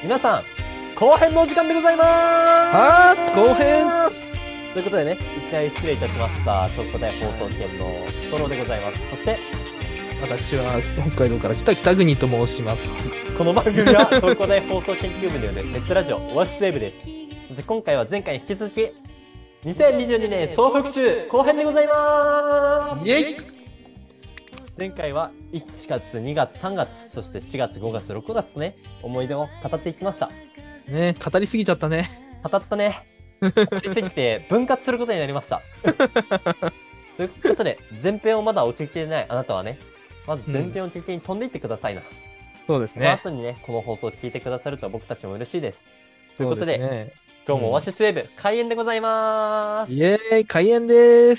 皆さん、後編のお時間でございま後編ーす。ということでね、いきなり失礼いたしました。特攻大放送圏のストローでございます。そして、 私は北海道から来た北国と申します。 この番組は特攻大放送研究部によるネットラジオオアシスウェブです。そして今回は前回に引き続き、2022年総復習後編でございまーす。 イエイ。 前回は1月、2月、3月、そして4月、5月、6月ね、思い出を語っていきました。 ね、語りすぎちゃったね。 語ったね。語りすぎて分割することになりました。ということで、前編をまだお聞きでないあなたはね、まず前編を聞きに飛んでいってくださいな。 そうですね。 その後にね、この放送を聞いてくださると僕たちも嬉しいです。ということで、 ね、 今日もオアシスウェブ開演でございまーす。 イエーイ、開演です。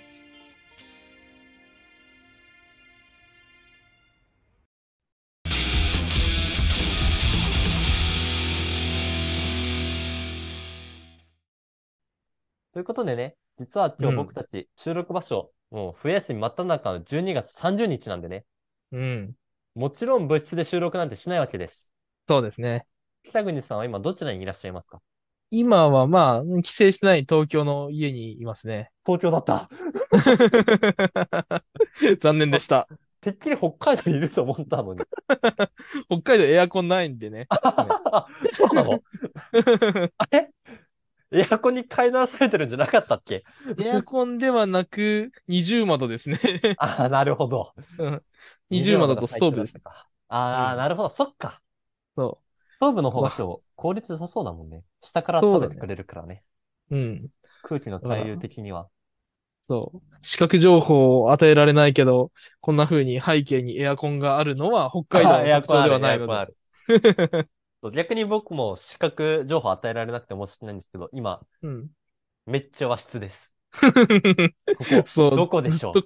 ということでね、実は今日僕たち収録場所、もう冬休み真っ只中の12月30日なんでね、もちろん部室で収録なんてしないわけです。 そうですね。 北国さんは今どちらにいらっしゃいますか？ 今は帰省してない東京の家にいますね。 東京だった。 残念でした。 てっきり北海道にいると思ったのに。 北海道エアコンないんでね。 そうなの？あれエアコンに買い直されてるんじゃなかったっけ？ エアコンではなく二重窓ですね。 ああ、なるほど。 二重 20 窓と度が最強ストーブです。 だったか。ああ、なるほど。そっか。 そストーブのう。 方が今日効率良さそうだもんね。下からそうだね。 温めてくれるからね。 うん。 空気の対流的には。 そう。視覚情報を与えられないけど、こんな風に背景にエアコンがあるのは北海道ああ、 の特徴でエアコンある、エはないので。 アコンある。そう逆に僕も視覚情報与えられなくて申し訳ないんですけど、今、 うん。 めっちゃ和室です。ここ、 そう、 どこでずっと、 しょ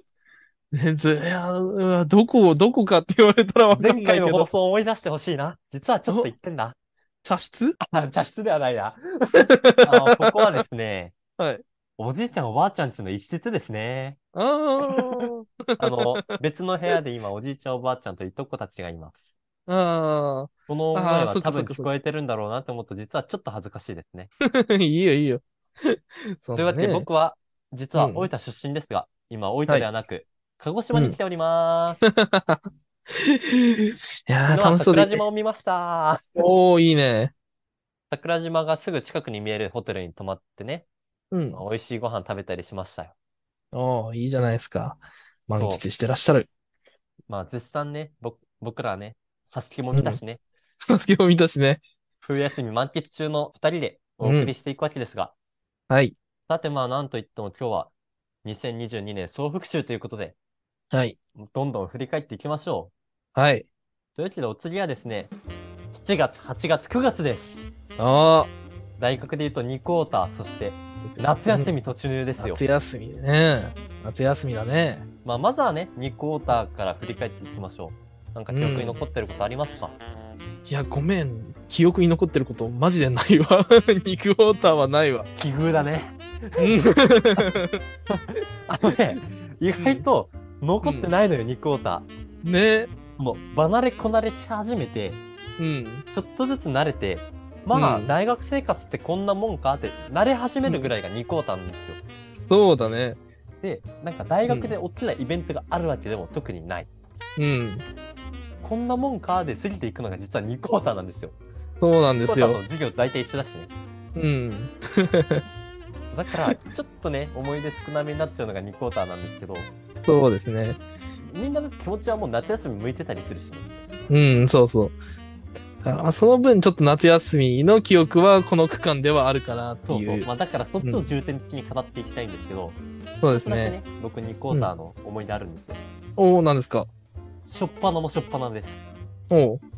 どこかって言われたらわう？ か前回の放んないけど。 送を思い出してほしいな。実はちょっと言ってんだ。 茶室。 あ、茶室ではないな。ここはですね、 はい。 おじいちゃんおばあちゃんちの一室ですね。 ああ。 別の部屋で今おじいちゃんおばあちゃんといとこたちがいます。 あこのあ。ああ、 声はそっ多分聞こかそっかそっか。 えてるんだろうなって思うと実はちょっと恥ずかしいですね。 いいよいいよ。そというわけでんなね。 僕は実うん。 は大分出身ですが、今大分はい。 ではなく鹿児島うん。 に来ております。 いやー、 昨日は楽しそうで。 桜島を見ました。 おー、いいね。 桜島がすぐ近くに見えるホテルに泊まってね、 うん。 美味しいご飯食べたりしましたよ。 おー、いいじゃないですか。満そ喫してらっしゃる。 う。まあ絶賛ね、僕らね、サスケもうん。 見たしね、 バスケを見たしね。 冬休み満喫中の二人でおうん。 送りしていくわけですが、 はい。 さてまあなんといっても今日は2022年総復習ということで、 はい。 どんどん振り返っていきましょはい。 う。というわけでお次はですね、7月、8月、9月です。 ああ。 大学で言うと2クォーター、そして夏うん。 休み突入ですよ。 夏休みね。夏休みだね。 まあまずはね、2クォーターから振り返っていきましょう。なんか記憶にうん。 残ってることありますか？ いや、ごめん。記憶に残ってることマジでないわ。肉ウォーターはないわ。 奇遇だね。 うん。 あのね、意うん。 外と残ってうん。 ないのよ、2クォータね。 ー。もう離れ離れし始めて、 うん。 ちょっとずつ慣れて、まあ、 うん。 大学生活ってこんなもんかって慣れ始めうん。 るぐらいが2クォーターなんですよ。 そうだね。 で、なんか大うん。 学で大きなイベントがあるわけでも特にない。 うん。 こんなもんかで過ぎていくのが実は2クォーターなんですよ。 そうなん 2クォーターとですよ。 授業大体一緒だしね。 うん。 だから、ちょっとね、思い出少なめになっちゃうのが2クォーターなんですけど、 そうですね。 みんなの気持ちはもう夏休み向いてたりするしね。 うん、そうそう。その分、ちょっと夏休みの記憶はこの区間ではあるかなってそうそう。 いう。 まあだからそっちをうん。 重点的に語っていきたいんですけど、 そうですね。 一つだけね、僕2クォーうん。 ターの思い出あるんですよ。 おー、何ですか？ しょっぱなもしょっぱなです。 おー。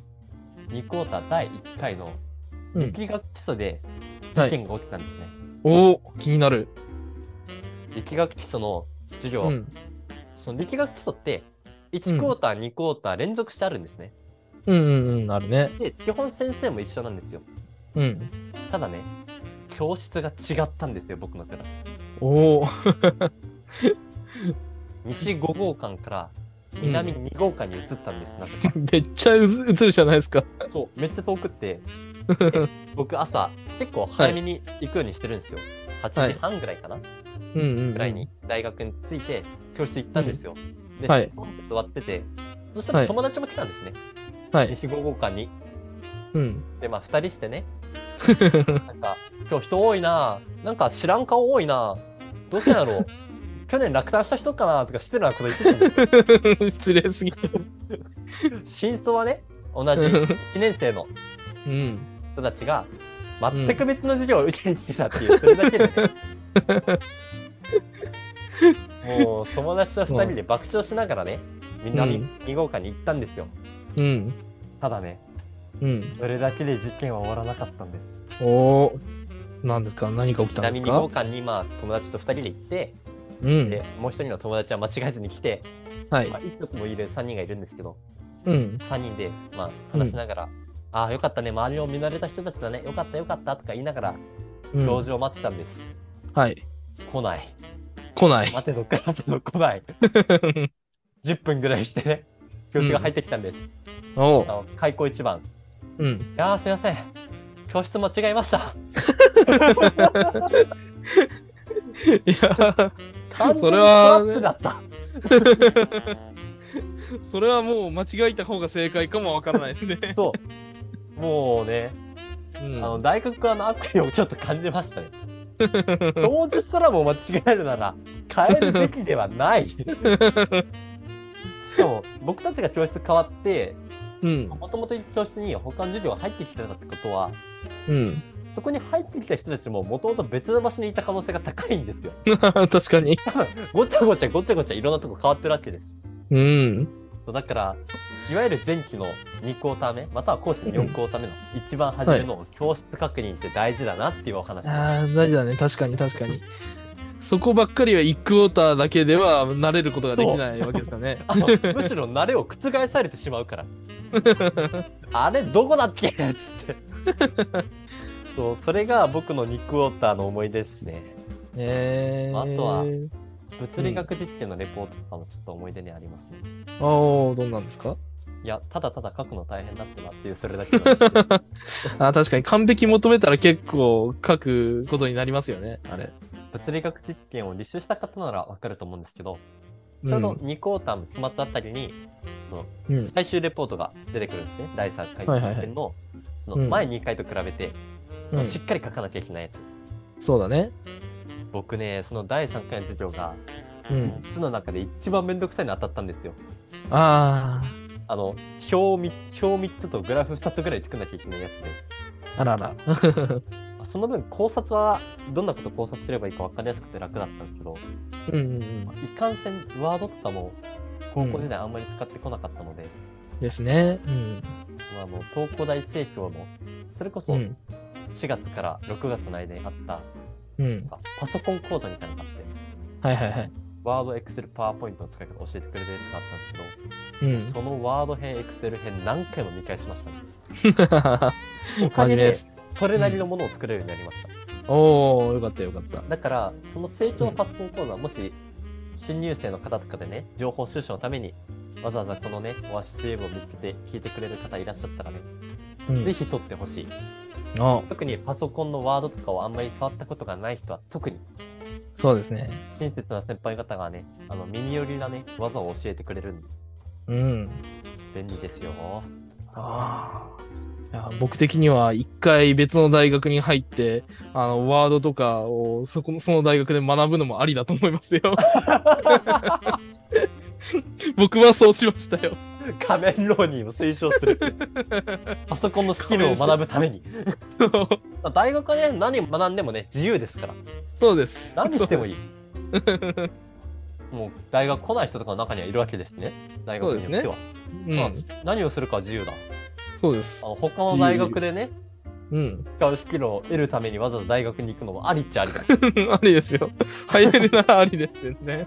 2クォーター第1回のうん。 力学基礎で事はい。 件が起きたんですね。 おー、気になる。 力学基礎の授業、 うん。 その力学基礎って1クォーうん。 ター、2クォーター連続してあるんですね。 うんうんうん、あるね。 で、基本先生も一緒なんですよ。 うん。 ただね、教室が違ったんですよ、僕のクラス。 おー。 西5号館から南うん。 2号館に移ったんです、なぜか。 めっちゃ映るじゃないですか。 そう、めっちゃ遠くって、 僕朝、結構早めに行くようにしてるんですよ。8時半ぐらいかな、ぐらいに大学に着いて、教室行ったんですよ。で、座ってて、そしたら友達も来たんですね。西5号館に。で、まあ、2人してね、なんか、今日人多いなぁ。なんか知らん顔多いなぁ。どうしたんやろう。去年落胆した人かなとか知ってるようなこと言ってたんですよ。 失礼すぎる。 真相はね、同じ1年生の人たちが、全く別の授業を受けに来てたっていう、それだけでね。もう、友達と2人で爆笑しながらね、みんな2号館に行ったんですよ。ただね、それだけで事件は終わらなかったんです。 何ですか？何が起きたんですか？ ちなみに2号館に友達と2人で行って、でもう1人の友達は間違えずに来て、いくつもいる3人がいるんですけど、3人で話しながら、ああ、よかったね、周りを見慣れた人たちだね、よかったよかったとか言いながら、教授を待ってたんです。来ない。待てど来ない。10分ぐらいしてね、教授が入ってきたんです。開口一番。いやー、すいません。教室間違えました。 いや、 完全にトラップだった。 それはもう間違えた方が正解かもわからないですね。 そう。もうね、大学は悪意をちょっと感じましたね。当日すらも間違えるなら変えるべきではない。しかも僕たちが教室変わって、もともと教室に他の授業が入ってきてたってことは、そこに入ってきた人たちももともと別の場所にいた可能性が高いんですよ。 確かに。 ごちゃごちゃいろんなとこ変わってるわけです。だから、いわゆる前期の2クォーター目、または後期の4クォーター目の一番初めの教室確認って大事だなっていうお話です。 大事だね。確かに。そこばっかりは1クォーターだけでは慣れることができないわけですかね。 むしろ慣れを覆されてしまうから。あれどこだっけっつって。そう、それが僕の2クォーターの思い出ですね。あとは、物理学実験のレポートとかもちょっと思い出にありますね。 どんなんですか？ いや、ただただ書くの大変だったなっていう、それだけなんですけど。 確かに完璧求めたら結構書くことになりますよね、あれ。 物理学実験を履修した方ならわかると思うんですけど、ちょうど2クォーターの期末あたりに、最終レポートが出てくるんですね。第3回実験の、その前2回と比べて、しっかり書かなきゃいけないやつ。 そうだね。 僕ね、その第3回の授業が、3つの中で一番めんどくさいの当たったんですよ。表3つとグラフ2つぐらい作んなきゃいけないやつで。 あらら。 その分考察はどんなこと考察すればいいか分かりやすくて楽だったんですけど、いかんせんワードとかも高校時代あんまり使ってこなかったので。 ですね。 東工大生協の、それこそ4月から6月の間にあった、パソコン講座みたいなのがあって、ワード、エクセル、パワーポイントの使い方を教えてくれるやつがあったんですけど、そのワード編、エクセル編何回も見返しましたね。おかげで、それなりのものを作れるようになりました。 よかったよかった。 だから、その成長のパソコン講座、もし、新入生の方とかでね、情報収集のために、わざわざこのね、オアシスウェブを見つけて聞いてくれる方いらっしゃったらね、ぜひ取ってほしい。特にパソコンのワードとかをあんまり触ったことがない人は特に。 そうですね。 親切な先輩方がね、耳寄りなね、技を教えてくれるんで。便利ですよ。 いや僕的には一回別の大学に入って、ワードとかをその大学で学ぶのもありだと思いますよ。僕はそうしましたよ。 仮面浪人を推奨する。パソコンのスキルを学ぶために。大学はね、何学んでもね、自由ですから。 そうです。 何してもいい。もう大学来ない人とかの中にはいるわけですね。大学によっては。何をするかは自由だ。 そうです。 他の大学でね、使うスキルを得るためにわざわざ大学に行くのもありっちゃありだ。 ありですよ。入れるならありですよね。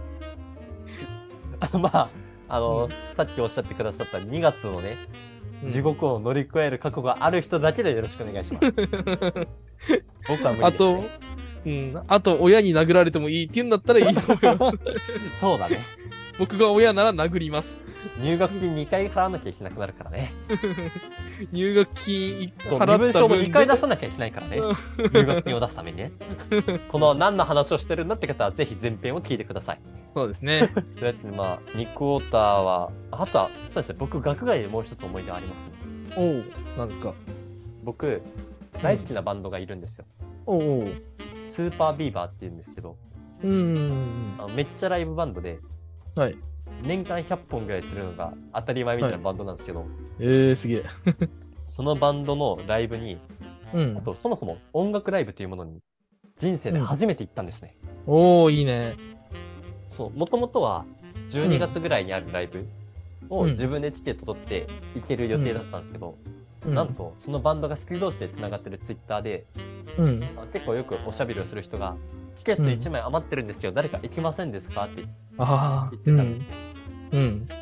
さっきおっしゃってくださった2月のね、地獄を乗り越える覚悟がある人だけでよろしくお願いします。僕は無理ですね。 あと、親に殴られてもいいって言うんだったらいいと思います。 そうだね。 僕が親なら殴ります。 入学金2回払わなきゃいけなくなるからね。 入学金1 個払った分で身分証も2回出さなきゃいけないからね。入学金を出すためにね。この何の話をしてるんだって方はぜひ前編を聞いてください。 そうですね。 そうやってまあ、2クォーターは、あとは、そうですね、僕、学外でもう一つ思い出ありますね。 おう、なんですか。 僕、大好きなバンドがいるんですよ。 おう。 スーパービーバーって言うんですけど、めっちゃライブバンドで、 はい。 年間100本ぐらいするのが当たり前みたいなバンドなんですけど、 すげえ。 そのバンドのライブに、あと、そもそも音楽ライブというものに、人生で初めて行ったんですね。 おー、いいね。 そう、もともとは、12月ぐらいにあるライブを自分でチケット取って行ける予定だったんですけど、なんと、そのバンドが好き同士で繋がってるツイッターで、結構よくおしゃべりをする人が、チケット1枚余ってるんですけど、誰か行きませんですかって言ってたんです。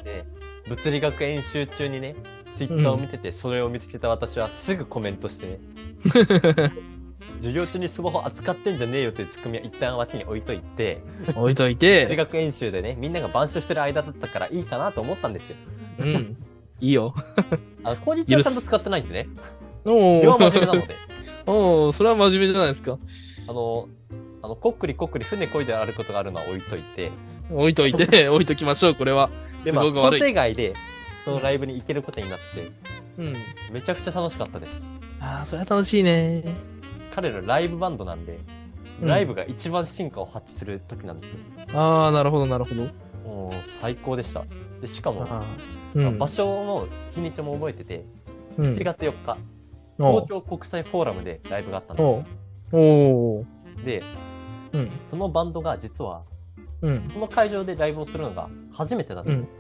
で、物理学演習中にね、ツイッターを見てて、それを見つけた私はすぐコメントしてね、授業中にスマホ扱ってんじゃねえよというツッコミは一旦脇に置いといて、物理学演習でね、みんなが板書してる間だったからいいかなと思ったんですよ。 いいよ。 口実はちゃんと使ってないんでね。 おー。真面目なので。 それは真面目じゃないですか。 こっくりこっくり船漕いであることがあるのは置いといて。 置いときましょう、これは。 で、まあ、想定外で、そのライブに行けることになって、めちゃくちゃ楽しかったです。 それは楽しいね。 彼らライブバンドなんで、ライブが一番進化を発揮する時なんですよ。 なるほど、なるほど。 もう、最高でした。で、しかも、場所の日にちも覚えてて、7月4日、東京国際フォーラムでライブがあったんですよ。で、そのバンドが実は、その会場でライブをするのが初めてだったんです。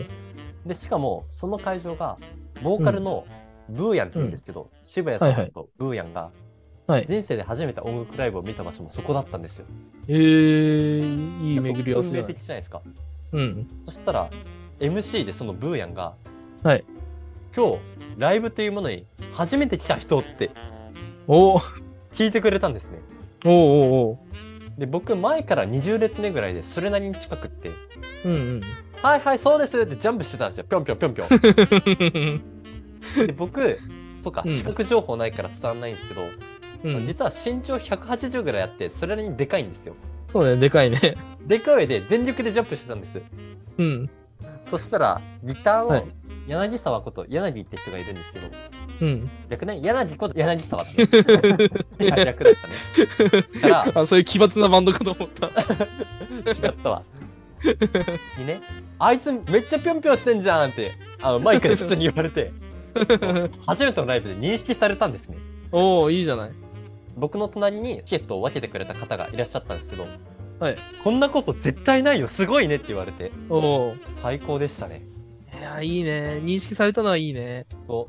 で、しかも、その会場が、ボーカルのブーヤンって言うんですけど、渋谷さんとブーヤンが、人生で初めて音楽ライブを見た場所もそこだったんですよ。 いい巡り合わせ。 運命的じゃないですか。そしたら、MC でそのブーヤンが、今日、ライブというものに初めて来た人って聞いてくれたんですね。で、僕、前から20列目ぐらいでそれなりに近くって、はいはい、そうですってジャンプしてたんですよ。ぴょんぴょんぴょんぴょん。で、僕、そうか、視覚情報ないから伝わんないんですけど、実は身長180ぐらいあって、それなりにでかいんですよ。 そうね、でかいね。 でかい上で全力でジャンプしてたんです。そしたら、ギターを、柳沢こと柳って人がいるんですけど、逆ね、柳こと柳沢って。逆だったね。 そういう奇抜なバンドかと思った。 違ったわ。にね、あいつめっちゃぴょんぴょんしてんじゃんって、マイクで普通に言われて、初めてのライブで認識されたんですね。 いいじゃない。 僕の隣にチケットを分けてくれた方がいらっしゃったんですけど、こんなこと絶対ないよ、すごいねって言われて、最高でしたね。 いや、いいね。認識されたのはいいね。 そう。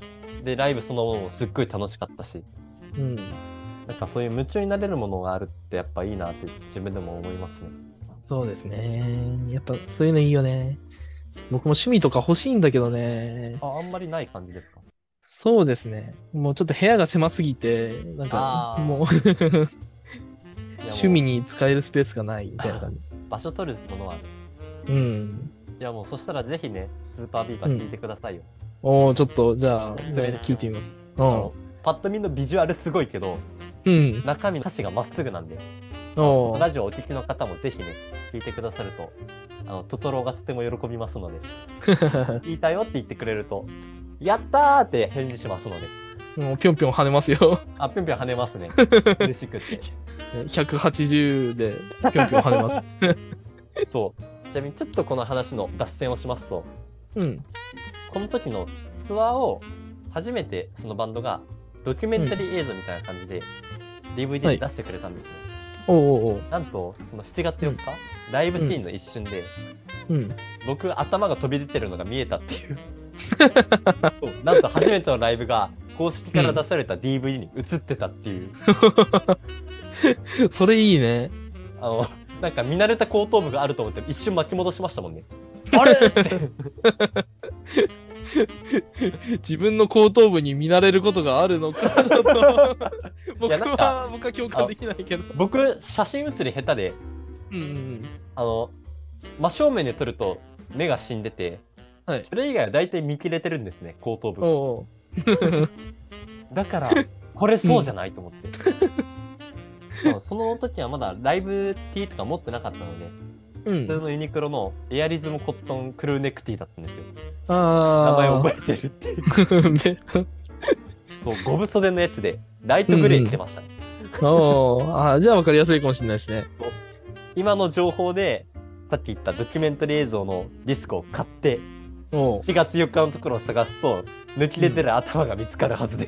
で、ライブそのものもすっごい楽しかったし、なんかそういう夢中になれるものがあるってやっぱいいなって自分でも思いますね。 そうですね。やっぱそういうのいいよね。僕も趣味とか欲しいんだけどね。 あんまりない感じですか？ そうですね。もうちょっと部屋が狭すぎて、なんかもう趣味に使えるスペースがないみたいな感じ。 場所取るものはある。いやもうそしたらぜひね、スーパービーバー聞いてくださいよ。 ちょっとじゃあ、聞いてみます。 パッと見のビジュアルすごいけど、中身の歌詞がまっすぐなんで、ラジオお聞きの方もぜひね、聞いてくださると、トトロがとても喜びますので、聞いたよって言ってくれると、やったーって返事しますので。 もうぴょんぴょん跳ねますよ。 ぴょんぴょん跳ねますね。嬉しくて。 180でぴょんぴょん跳ねます。 そう。ちなみにちょっとこの話の脱線をしますと、この時のツアーを初めてそのバンドがドキュメンタリー映像みたいな感じで DVD で出してくれたんですよ。なんと、その7月4日、ライブシーンの一瞬で、僕頭が飛び出てるのが見えたっていう。なんと初めてのライブが公式から出された DVD に映ってたっていう。 それいいね。 なんか見慣れた後頭部があると思って一瞬巻き戻しましたもんね。あれって自分の後頭部に見慣れることがあるのかと僕は共感できないけど。 僕写真写り下手で、真正面で撮ると目が死んでて、 はい、 それ以外は大体見切れてるんですね、後頭部。 おだから、これそうじゃないと思って。しかもその時はまだライブティーとか持ってなかったので、普通のユニクロのエアリズムコットンクルーネックティーだったんですよ。名前覚えてるっていう。そう、ゴブ袖のやつで、ライトグレー着てましたね。 じゃあ分かりやすいかもしれないですね。 今の情報で、さっき言ったドキュメンタリー映像のディスクを買って、4月4日のところを探すと、抜き出てる頭が見つかるはずです。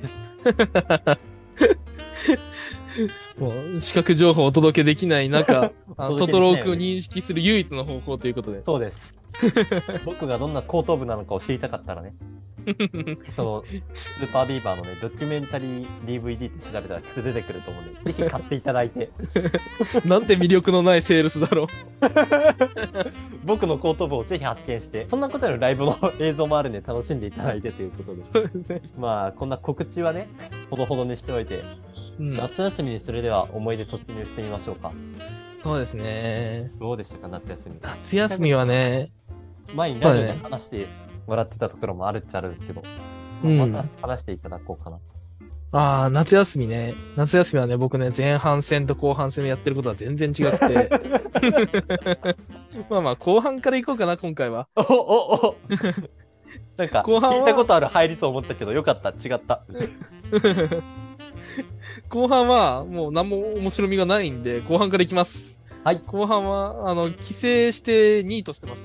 もう視覚情報をお届けできない中、トトロークを認識する唯一の方法ということで。 そうです。僕がどんな後頭部なのかを知りたかったらね、そのスーパービーバーのね、ドキュメンタリー DVD って調べたら出てくると思うんで、ぜひ買っていただいて。 なんて魅力のないセールスだろう。 僕の後頭部をぜひ発見して、そんなことよりライブの映像もあるんで楽しんでいただいてということで。 そうですね。 まあ、こんな告知はね、ほどほどにしておいて、夏休みにそれでは思い出突入してみましょうか。 そうですね。 どうでしたか、夏休み。 夏休みはね、 前にラジオで話してもらってたところもあるっちゃあるんですけど、また話していただこうかな。夏休みね。夏休みはね、僕ね、前半戦と後半戦でやってることは全然違くて。まあ、後半から行こうかな、今回は。 なんか、聞いたことある入りと思ったけど、よかった、違った。 後半は、もう何も面白みがないんで、後半から行きます。 はい。 後半は、帰省してニートしてました。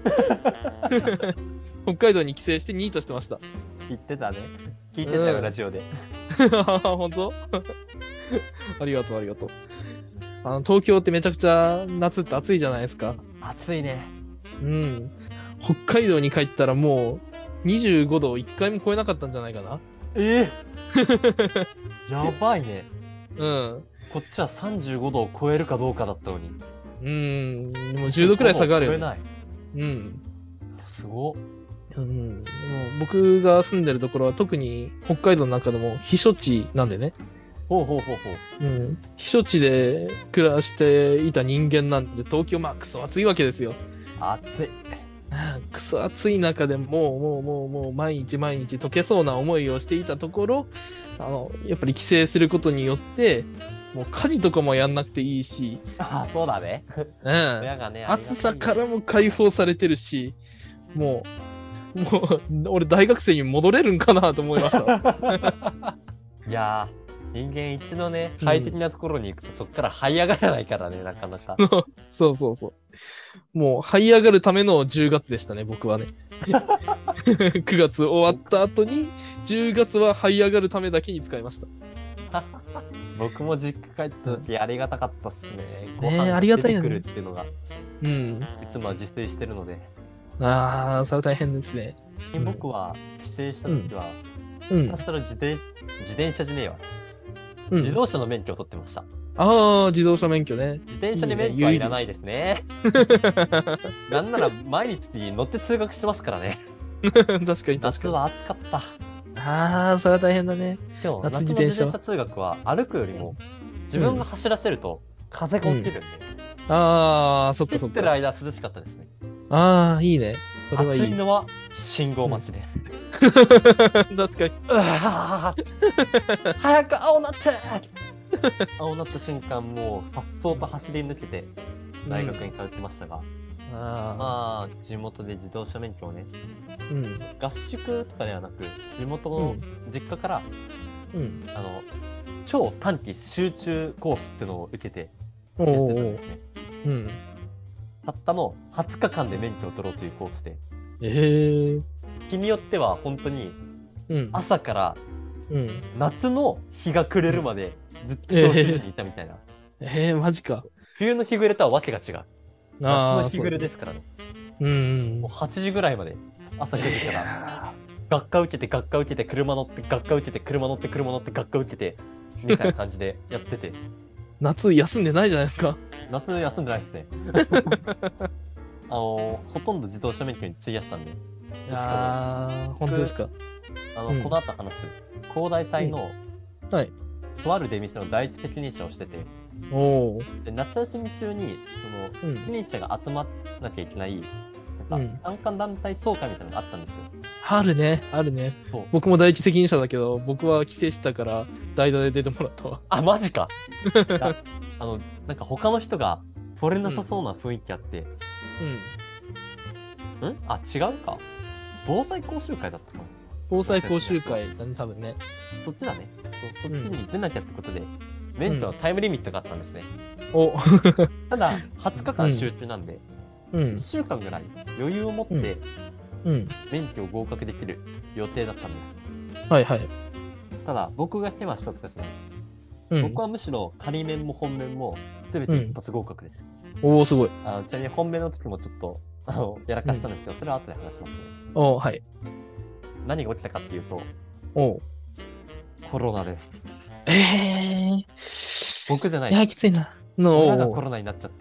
北海道に帰省してニートしてました。 言ってたね。聞いてたよ、ラジオで。 本当ありがとう、ありがとう。東京ってめちゃくちゃ夏って暑いじゃないですか。 暑いね。 北海道に帰ったらもう25度を1回も超えなかったんじゃないかな。 やばいね。 こっちは35度を超えるかどうかだったのに。 でも10度くらい下がるよ。 超えない。すごっ。 もう僕が住んでるところは特に北海道の中でも避暑地なんでね。避暑地で暮らしていた人間なんで、東京クソ暑いわけですよ。 暑い。 クソ暑い中でもう毎日溶けそうな思いをしていたところ、やっぱり帰省することによって、もう家事とかもやんなくていいし。 そうだね。 暑さからも解放されてるし、もう俺大学生に戻れるんかなと思いました。 いやー、人間一度ね、快適なところに行くと、そっから這い上がらないからね、なかなか。 そう。もう這い上がるための10月でしたね、僕はね。9月終わった後に、10月は這い上がるためだけに使いました。 僕も実家帰った時ありがたかったっすね。ご飯が出てくるっていうのが、いつもは自炊してるので。 それは大変ですね。 僕は帰省した時は、ひたすら自転車じゃねえわ。自動車の免許を取ってました。 自動車免許ね。 自転車に免許はいらないですね。なんなら毎日乗って通学してますからね。 確かに。 夏は暑かった。 それは大変だね。 でも、夏の自転車通学は歩くよりも、自分が走らせると風が起きるんで。 そっか。 走ってる間涼しかったですね。 いいね。 それはいい。暑いのは信号待ちです。 確かに。 早く青なって青なった瞬間、もうさっそうと走り抜けて大学に通ってましたが、地元で自動車免許をね、合宿とかではなく、地元の実家から、超短期集中コースってのを受けてやってたんですね。たったの20日間で免許を取ろうというコースで、日によっては本当に朝から夏の日が暮れるまでずっと教習所にいたみたいな。 マジか。 冬の日暮れとはわけが違う。夏の日暮れですからね。もう8時ぐらいまで、朝9時から学科受けて学科受けて車乗って学科受けて車乗って車乗って学科受けてみたいな感じでやってて。 夏休んでないじゃないですか。 夏休んでないですね。ほとんど自動車免許に費やしたんで。 本当ですか。 この後話す広大祭の、とある出店の第一責任者をしてて、で夏休み中にその責任者が集まらなきゃいけないなんか、参観団体総会みたいなのがあったんですよ。 あるね、あるね。僕も第一責任者だけど、僕は帰省してたから、代打で出てもらったわ。 あ、マジか。なんか他の人が来れなさそうな雰囲気あって。あ、違うか。防災講習会だったかな。 防災講習会だね、多分ね。 そっちだね。そっちに出なきゃってことで、免許のタイムリミットがあったんですね。ただ、20日間集中なんで、1週間ぐらい余裕を持って、免許を合格できる予定だったんです。 はいはい。 ただ、僕がヘマしたとかじゃないです。僕はむしろ仮免も本免も全て一発合格です。 おお、すごい。 ちなみに本命の時もちょっとやらかしたんですけど、それは後で話しますね。 はい。 何が起きたかっていうと、コロナです。僕じゃない。 いや、きついな。 親がコロナになっちゃって。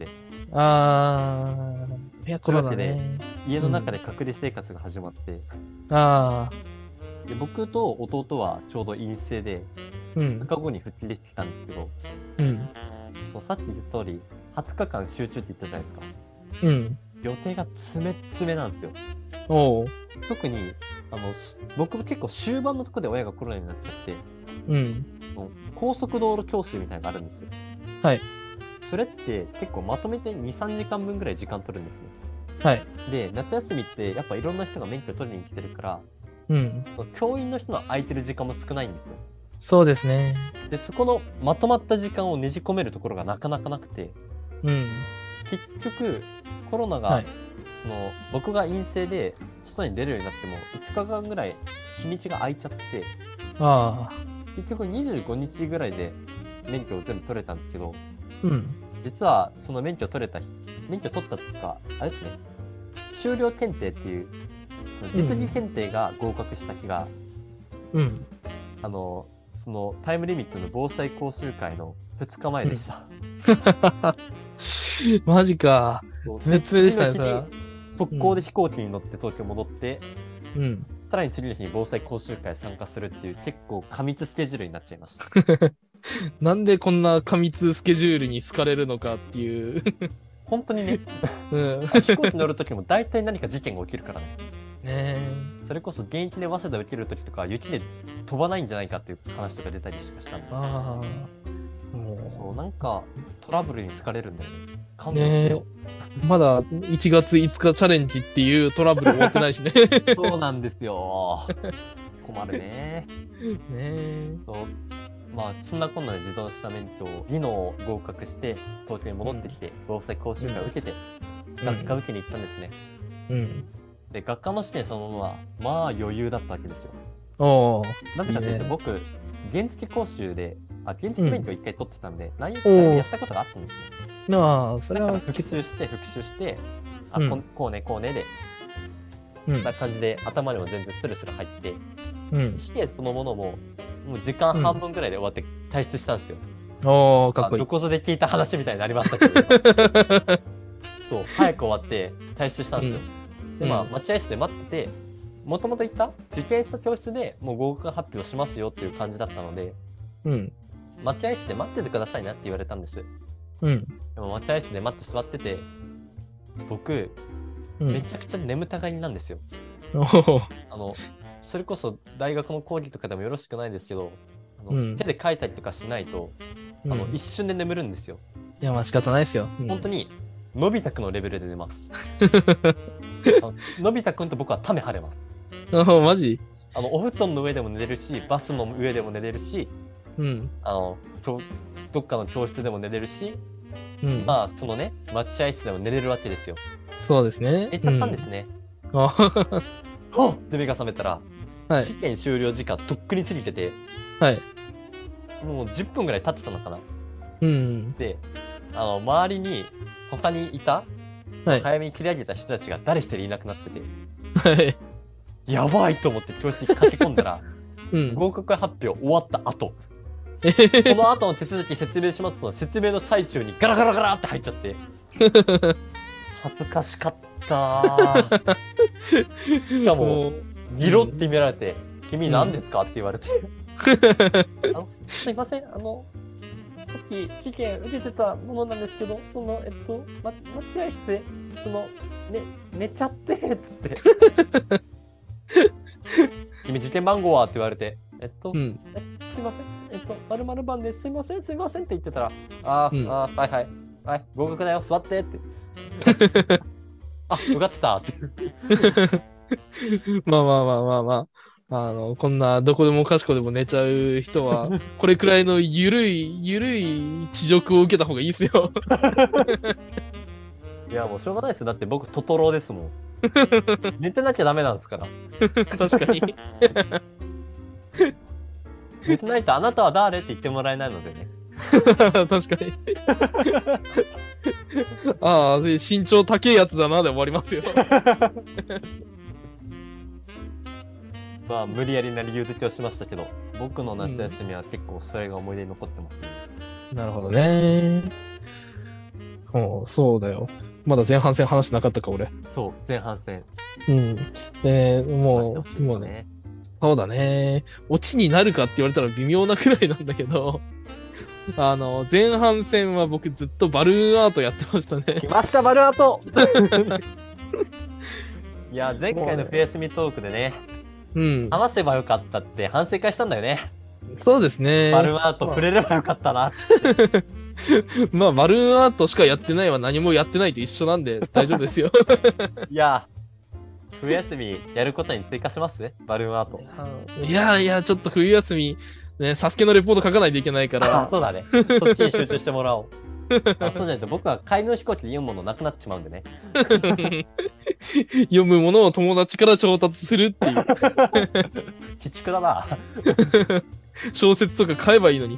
いや、コロナね。 家の中で隔離生活が始まって。で、僕と弟はちょうど陰性で、2日後に復帰できてたんですけど、そう、さっき言った通り、20日間集中って言ったじゃないですか。予定が詰め詰めなんですよ。特に、僕も結構終盤のところで親がコロナになっちゃって、高速道路教習みたいなのがあるんですよ。 はい。 それって結構まとめて2、3時間分ぐらい時間取るんですね。 はい。 で、夏休みってやっぱいろんな人が免許取りに来てるから、教員の人の空いてる時間も少ないんですよ。 そうですね。 で、そこのまとまった時間をねじ込めるところがなかなかなくて、結局、コロナが、僕が陰性で外に出るようになっても5日間ぐらい日にちが空いちゃって、結局25日ぐらいで免許を全部取れたんですけど、実はその免許取ったっていうか、あれですね、修了検定っていう、その実技検定が合格した日が、そのタイムリミットの防災講習会の2日前でした。 マジか。詰め詰めでしたね、それは。 速攻で飛行機に乗って東京戻って、さらに次の日に防災講習会参加するっていう結構過密スケジュールになっちゃいました。 なんでこんな過密スケジュールに好かれるのかっていう。 本当にね。飛行機乗るときも大体何か事件が起きるからね。それこそ現役で早稲田受けるときとか雪で飛ばないんじゃないかっていう話とか出たりしましたんで。そう、なんかトラブルに好かれるんだよね。勘弁してよ。 まだ1月5日チャレンジっていうトラブル終わってないしね。 そうなんですよ。困るね。そうまあ、そんなこんなで自動車免許技能を合格して東京に戻ってきて、防災講習会を受けて、学科受けに行ったんですね。で、学科の試験そのまま、まあ余裕だったわけですよ。なぜかというと、僕、原付講習で、原付免許を1回取ってたんで、何回もやったことがあったんですよ。それは復習して、こうね、で、な感じで頭にも全然スルスル入って、試験そのものも、もう時間半分ぐらいで終わって退出したんですよ。かっこいい。どこぞで聞いた話みたいになりましたけど。そう、早く終わって退出したんですよ。で、待合室で待ってて、もともと行った受験した教室でもう合格発表しますよっていう感じだったので、待合室で待っててくださいなって言われたんです。でも待合室で待って座ってて、僕、めちゃくちゃ眠たがりなんですよ。それこそ大学の講義とかでもよろしくないですけど、手で書いたりとかしないと、一瞬で眠るんですよ。 いや、まあ仕方ないですよ。 本当に、のび太くんのレベルで寝ます。のび太くんと僕はため張れます。 マジ？ お布団の上でも寝れるし、バスの上でも寝れるし、どっかの教室でも寝れるし、まあ、そのね、待合室でも寝れるわけですよ。 そうですね。 寝ちゃったんですね。はっって目が覚めたら、試験終了時間とっくに過ぎてて、もう10分ぐらい経ってたのかな。で、周りに他にいた、早めに切り上げた人たちが誰一人いなくなってて、やばいと思って教室に駆け込んだら、合格発表終わった後、この後の手続き説明しますと、説明の最中にガラガラガラって入っちゃって、恥ずかしかったー。しかも、ギロって見られて、君何ですかって言われて、すいません、 き試験受けてたものなんですけど、待合室で、寝ちゃって、つって。君受験番号はって言われて、すいません、〇〇番ですいませんって言ってたら、はい、合格だよ、座ってって。あ、受かってたって。 まあ、こんなどこでもかしこでも寝ちゃう人は、これくらいのゆるい地獄を受けた方がいいですよ。 いや、もうしょうがないですよ。だって僕、トトロですもん。寝てなきゃダメなんですから。 確かに。 寝てないとあなたは誰って言ってもらえないのでね。 確かに。ああ、身長高いやつだなで終わりますよ。 まあ、無理やりな理由付けをしましたけど、僕の夏休みは結構それが思い出に残ってますね。 なるほどね。そうだよ。まだ前半戦話してなかったか、俺。 そう、前半戦。 もうね。そうだね。オチになるかって言われたら微妙なくらいなんだけど、前半戦は僕ずっとバルーンアートやってましたね。 来ました、バルーンアートいや、前回の冬休みトークでね、話せばよかったって反省会したんだよね。 そうですね。 バルーンアート触れればよかったな。 まあ、バルーンアートしかやってないは何もやってないと一緒なんで大丈夫ですよ。 いや、冬休みやることに追加しますね、バルーンアート。 いや、ちょっと冬休み、ね、サスケのレポート書かないといけないから。 そうだね。そっちに集中してもらおう。そうじゃないと僕は帰りの飛行機で読むものなくなっちまうんでね。 読むものを友達から調達するっていう。 鬼畜だな。 小説とか買えばいいのに。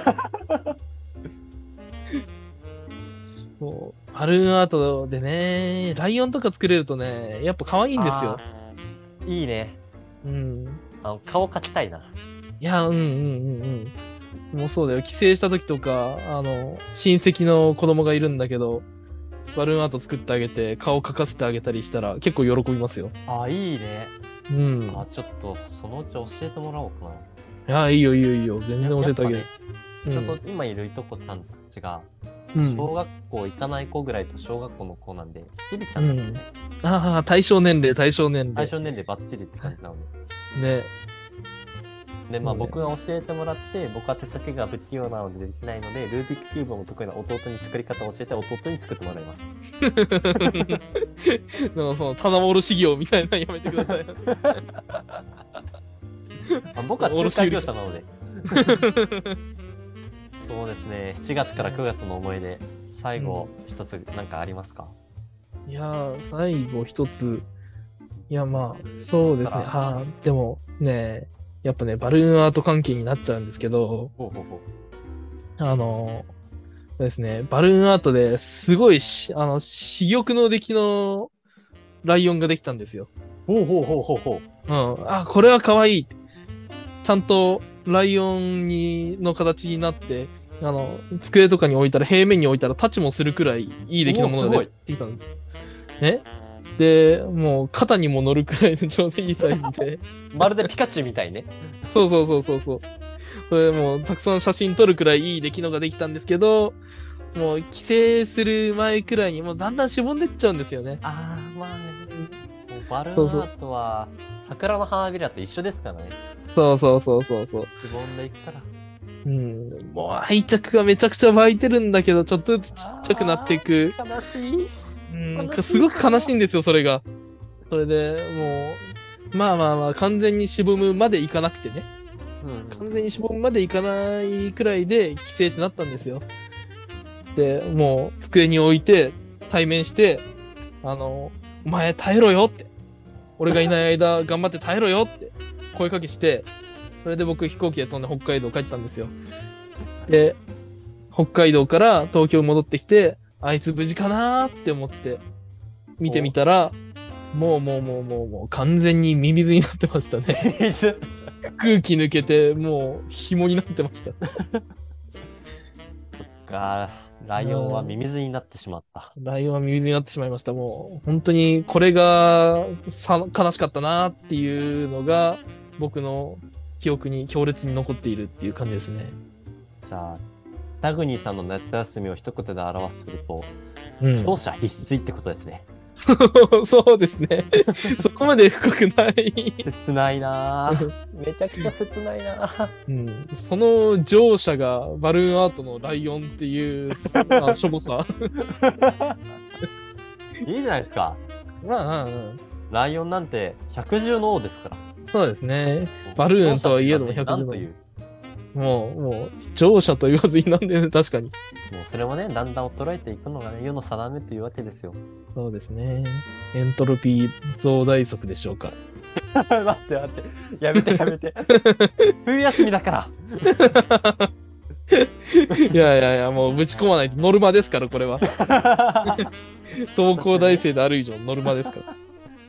もうバルーンアートでね、ライオンとか作れるとね、やっぱ可愛いんですよ。 いいね。顔描きたいな。 いや、もうそうだよ。帰省した時とか、親戚の子供がいるんだけど、バルーンアート作ってあげて、顔描かせてあげたりしたら、結構喜びますよ。 いいね。ちょっと、そのうち教えてもらおうかな。いいよ。全然教えてあげる。 ちょっと今いるいとこちゃんたちが、小学校行かない子ぐらいと小学校の子なんで、ちびちゃんですね。 対象年齢バッチリって感じなので。 ね。 で、僕が教えてもらって、僕は手先が不器用なのでできないので、ルービックキューブも得意な弟に作り方を教えて、弟に作ってもらいます。 なんかその、棚卸業みたいなのやめてください。 僕は仲介業者なので。そうですね、7月から9月の思い出、最後一つ何かありますか？ いや最後一つ。いや、そうですね。でもね、やっぱね、バルーンアート関係になっちゃうんですけど、ですね、バルーンアートですごい珠玉の出来のライオンができたんですよ。 これは可愛い。ちゃんとライオンの形になって、机とかに置いたら、平面に置いたらタッチもするくらいいい出来のものができたんです。で、もう肩にも乗るくらいのちょうどいいサイズで。 まるでピカチュウみたいね。 そう。これもうたくさん写真撮るくらいいい出来のができたんですけど、もう帰省する前くらいにもうだんだんしぼんでっちゃうんですよね。 もうバルーンアートは桜の花びらと一緒ですからね。 そう。 しぼんでいくから。 もう愛着がめちゃくちゃ湧いてるんだけど、ちょっとずつちっちゃくなっていく。 悲しい。 すごく悲しいんですよ、それが。それでもう、完全にしぼむまでいかなくてね。完全にしぼむまでいかないくらいで帰省ってなったんですよ。で、もう、机に置いて、対面して、お前耐えろよって。俺がいない間、頑張って耐えろよって声かけして、それで僕飛行機で飛んで北海道帰ったんですよ。で、北海道から東京戻ってきて、あいつ無事かなーって思って見てみたら、もう完全にミミズになってましたね。空気抜けて、もう紐になってました。 そっか、ライオンはミミズになってしまった。 ライオンはミミズになってしまいました。もう本当にこれが悲しかったなっていうのが僕の記憶に強烈に残っているっていう感じですね。 じゃあ、 タグニーさんの夏休みを一言で表すると、勝者必須ってことですね。 そうですね。そこまで深くない。 切ないなぁ。めちゃくちゃ切ないなぁ。 その乗車がバルーンアートのライオンっていうしょぼさ。 いいじゃないですか。ライオンなんて百獣の王ですから。 そうですね。バルーンとはいえども百獣の王。もう、乗車と言わずになんでね、確かに。もうそれもね、だんだん衰えていくのがね、世の定めというわけですよ。 そうですね。エントロピー増大則でしょうか。 待って待って。やめてやめて。冬休みだから。 いや、もうぶち込まないとノルマですから、これは。東工大生である以上ノルマですから。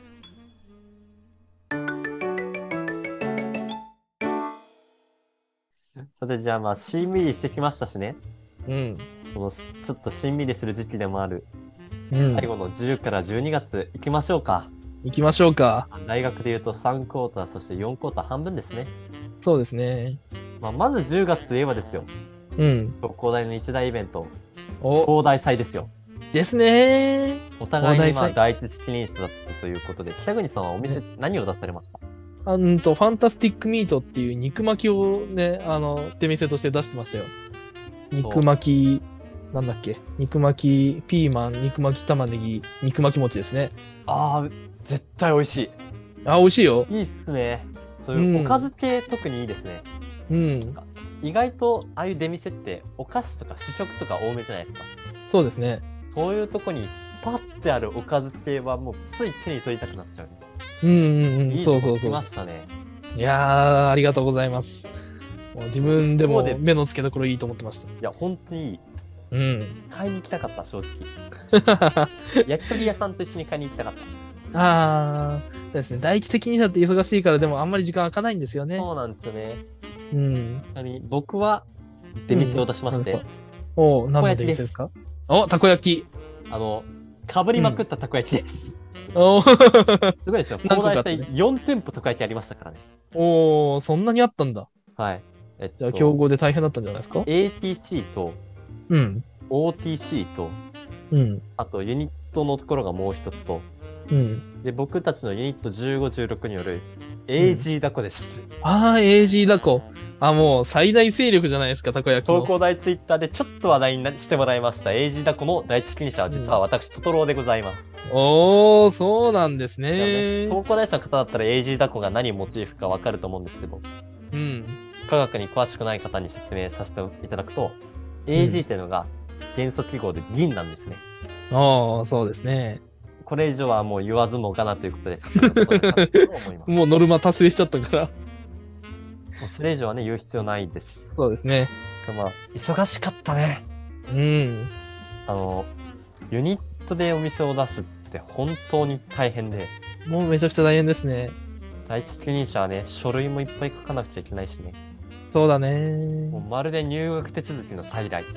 さてじゃあまあしんみりしてきましたしね。このちょっとしんみりする時期でもある、最後の10から12月行きましょうか。 行きましょうか。 大学でいうと3クォーター、そして4クォーター半分ですね。 そうですね。 まず10月といえばですよ。東大の一大イベント、東大祭ですよ。 ですね。 お互いに第一責任者だったということで、北国さんはお店何を出されました？ ファンタスティックミートっていう肉巻きをね、出店として出してましたよ。肉巻き、なんだっけ、肉巻き、ピーマン、肉巻き玉ねぎ、肉巻き餅ですね。 絶対美味しい。 美味しいよ。 いいっすね。そういうおかず系特にいいですね。意外と、ああいう出店ってお菓子とか主食とか多めじゃないですか。 そうですね。 そういうとこにパッてあるおかず系はもうつい手に取りたくなっちゃうね。 そうそうそう。 来ましたね。 いやー、ありがとうございます。もう自分でも目の付けどころいいと思ってました。 いや、本当にいい。買いに行きたかった、正直。焼き鳥屋さんと一緒に買いに行きたかった。 そうですね。第一責任者って忙しいからでもあんまり時間空かないんですよね。 そうなんですよね。僕は出店を出しまして。 何の出店ですか？たこ焼き。 かぶりまくったたこ焼きです。すごいですよ。東大祭4店舗たこ焼きありましたからね。 そんなにあったんだ。 はい。 じゃあ、競合で大変だったんじゃないですか？ ATC と、OTC と、あとユニットのところがもう一つと、で、僕たちのユニット15、16による AG ダコです。 AG ダコ。もう最大勢力じゃないですか、たこ焼きの。 東工大ツイッターでちょっと話題にしてもらいました AG ダコの第一責任者は実は私、トトローでございます。 そうなんですね。 東工大生の方だったら AG ダコが何をモチーフかわかると思うんですけど、科学に詳しくない方に説明させていただくと、AG っていうのが元素記号で銀なんですね。 そうですね。 これ以上はもう言わずもがなということです。 もうノルマ達成しちゃったから。もうそれ以上はね、言う必要ないです。 そうですね。 忙しかったね。ユニットでお店を出すって本当に大変で。 もうめちゃくちゃ大変ですね。 第一責任者はね、書類もいっぱい書かなくちゃいけないしね。 そうだね。 もうまるで入学手続きの再来。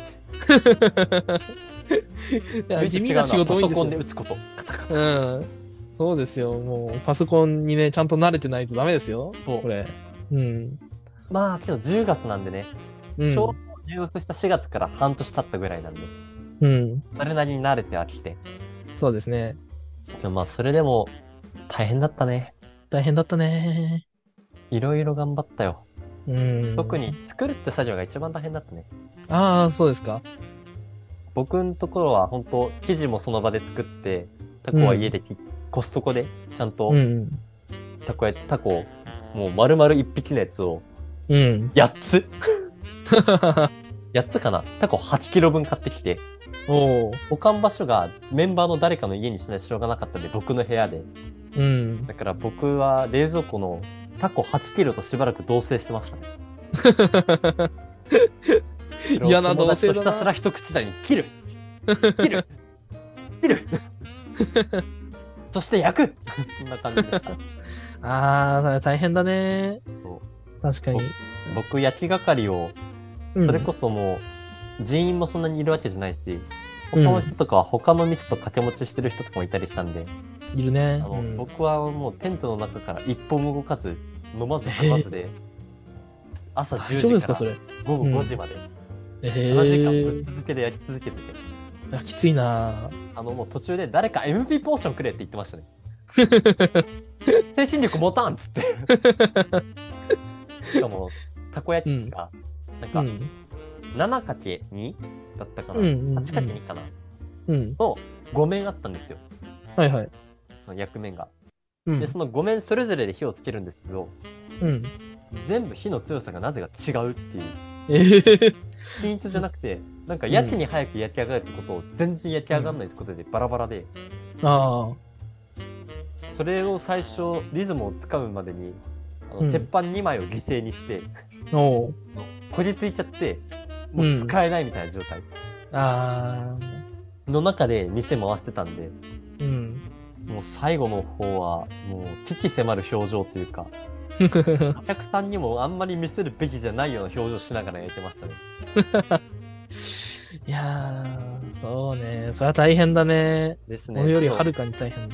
地味な仕事多いんですよ。 パソコンで打つこと。 そうですよ。もうパソコンにね、ちゃんと慣れてないとダメですよ。これ。けど10月なんでね。ちょうど入学した4月から半年経ったぐらいなんで。それなりに慣れて飽きて。 そうですね。 それでも大変だったね。 大変だったね。 いろいろ頑張ったよ。特に作るって作業が一番大変だったね。 そうですか。 僕のところは本当生地もその場で作って、タコは家でコストコでちゃんとタコをもう丸々1匹のやつを8つ8つかな、タコ8キロ分買ってきて、保管場所がメンバーの誰かの家にしないとしょうがなかったんで、僕の部屋で。だから僕は冷蔵庫のタコ8キロとしばらく同棲してましたね。 嫌な同棲だな。 ひたすら一口大に切るそして焼くそんな感じでした。 大変だね。確かに。 僕焼き係を、それこそもう人員もそんなにいるわけじゃないし、他の人とかは他の店と掛け持ちしてる人とかもいたりしたんで、 いるね。 僕はもうテントの中から一歩も動かず、飲まず食わずで、朝10時から午後5時まで 7時間ぶっ続けで焼き続けてて。 きついなもう途中で誰か MP ポーションくれって言ってましたね。精神力持たんっつって。しかも、たこ焼きが、なんか、7×2 だったかな、8×2 かな、の5面あったんですよ。 はいはい。 その焼く面が。で、その5面それぞれで火をつけるんですけど、全部火の強さがなぜか違うっていう。均一じゃなくて、なんかやけに早く焼き上がるってことを全然焼き上がらないってことでバラバラで、それを最初リズムをつかむまでに鉄板2枚を犠牲にしてこじついちゃってもう使えないみたいな状態の中で店回してたんで、もう最後の方はもう危機迫る表情というかお客さんにもあんまり見せるべきじゃないような表情しながら焼いてましたね。 いやー、そうね。それは大変だね。 ですね。 俺よりはるかに大変。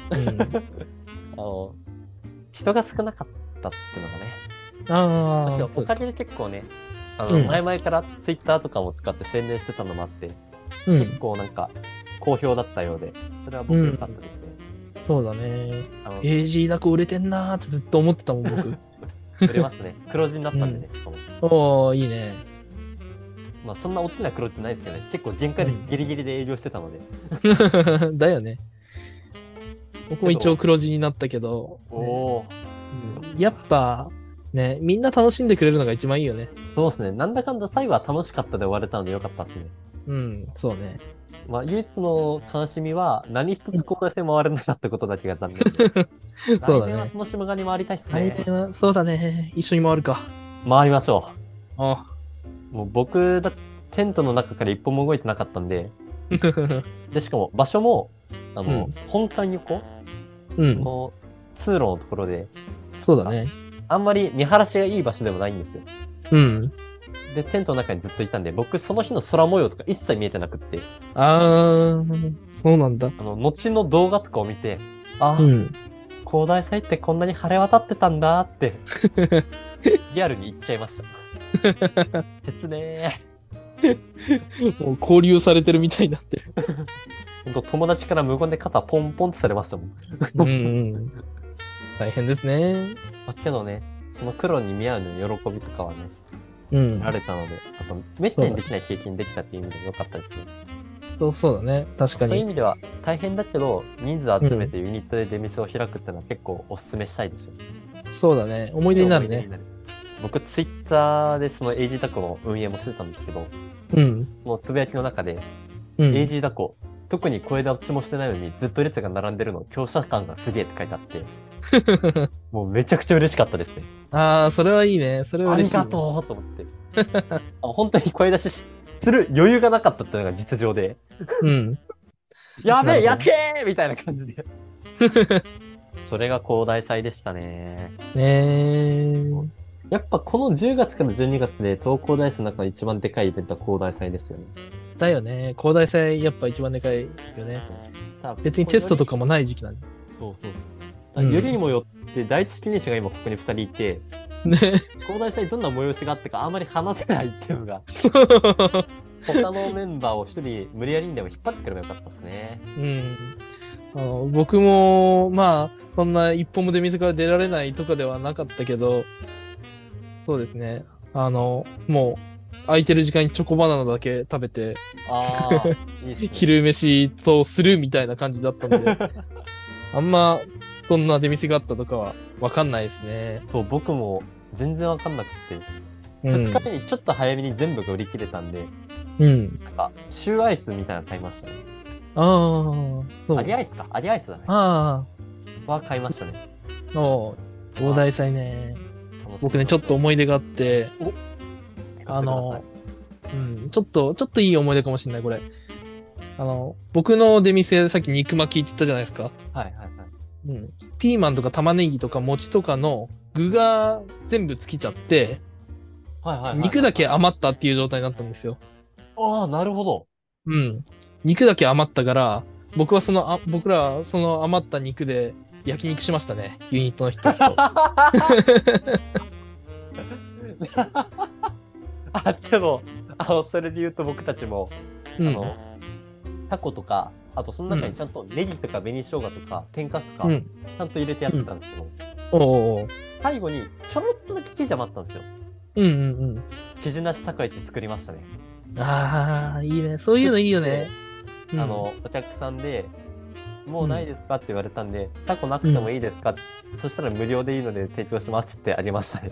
人が少なかったっていうのがね。おかげで結構ね、前々からツイッターとかも使って宣伝してたのもあって、結構なんか好評だったようで、それは僕良かったですね。 そうだね。AG だこ売れてんなーってずっと思ってたもん、僕。 売れましたね。黒字になったんでね、しかも。いいね。 まあそんな大きな黒字じゃないですけどね。結構原価率ギリギリで営業してたので。 だよね。僕も一応黒字になったけど。やっぱ、ね、みんな楽しんでくれるのが一番いいよね。 そうですね。なんだかんだ最後は楽しかったで終われたのでよかったっすね。 そうね。 まあ唯一の悲しみは何一つ交代戦回れなかったことだけが残念。 そうだね。来年は楽しむ側に回りたいっすね。 来年は、そうだね。一緒に回るか。 回りましょう。もう僕テントの中から一歩も動いてなかったんで。で、しかも場所も、本館横の通路のところで。 そうだね。 あんまり見晴らしがいい場所でもないんですよ。で、テントの中にずっといたんで、僕その日の空模様とか一切見えてなくって。 そうなんだ。 後の動画とかを見て、広大祭ってこんなに晴れ渡ってたんだって、リアルに言っちゃいました。切ねー。もう交流されてるみたいになってる。 ほんと友達から無言で肩ポンポンってされましたもん。 大変ですね。 けどね、その黒に見合うの喜びとかはね、見られたので、あと、めったにできない経験できたっていう意味でもよかったですね。 そうだね。確かに。 そういう意味では大変だけど、人数集めてユニットで出店を開くってのは結構お勧めしたいですよ。 そうだね。思い出になるね。 僕、ツイッターでその AG ダコの運営もしてたんですけど、そのつぶやきの中で、AG ダコ、特に声出しもしてないのにずっと列が並んでるの、強者感がすげえって書いてあって、もうめちゃくちゃ嬉しかったですね。 それはいいね。それは嬉しい。 ありがとうと思って。本当に声出しする余裕がなかったっていうのが実情で。やべえ、焼けーみたいな感じで。それが広大祭でしたね。やっぱこの10月から12月で東工大祭の中で一番でかいイベントは広大祭ですよね。 だよね。広大祭やっぱ一番でかいよね。別にテストとかもない時期なんで。 そう。よりにもよって第一記念者が今ここに2人いて、広大祭どんな催しがあったかあんまり話せないっていうのが、他のメンバーを一人無理やりにでも引っ張ってくればよかったですね。 僕も、まあ、そんな一歩も出店から出られないとかではなかったけど、そうですね。もう、空いてる時間にチョコバナナだけ食べて、いいですね、昼飯とするみたいな感じだったので、あんま、そんな出店があったとかはわかんないですね。 そう、僕も全然わかんなくて、2日目にちょっと早めに全部が売り切れたんで、なんか、シューアイスみたいなの買いましたね。 そう。 アリアイスか。アリアイスだね。は買いましたね。 大大祭ね。僕ね、ちょっと思い出があって、ちょっといい思い出かもしれない、これ。僕の出店、さっき肉巻きって言ったじゃないですか。ピーマンとか玉ねぎとか餅とかの具が全部尽きちゃって、肉だけ余ったっていう状態になったんですよ。 なるほど。 肉だけ余ったから、僕らはその余った肉で焼肉しましたね。ユニットの人たちと。 でも、 それで言うと僕たちも、タコとか、あとその中にちゃんとネギとか紅生姜とか天かすとか、ちゃんと入れてやってたんですけど、最後にちょろっとだけ生地余ったんですよ。生地なしタコ焼き作りましたね。 ああ、いいね。そういうのいいよね。 お客さんで、もうないですかって言われたんで、タコなくてもいいですか、そしたら無料でいいので提供しますってありましたね。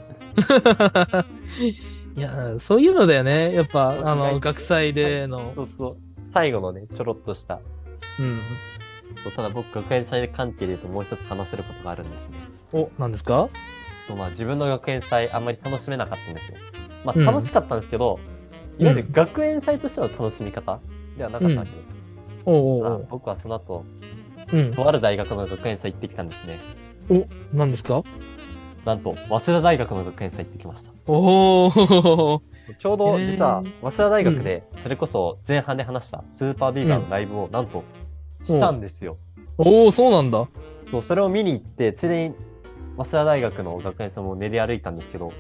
いや、そういうのだよね。やっぱ、学祭での。 そうそう。最後のね、ちょろっとした。ただ僕、学園祭関係で言うともう一つ話せることがあるんですね。 お、何ですか？ 自分の学園祭あんまり楽しめなかったんですよ。楽しかったんですけど、いわゆる学園祭としての楽しみ方ではなかったわけです。僕はその後、とある大学の学園祭行ってきたんですね。 お、何ですか？ なんと、早稲田大学の学園祭行ってきました。 おー。 ちょうど、実は、早稲田大学で、それこそ前半で話したスーパービーガーのライブを、なんと、したんですよ。 おー、そうなんだ。 そう、それを見に行って、ついでに、早稲田大学の学園祭も練り歩いたんですけど、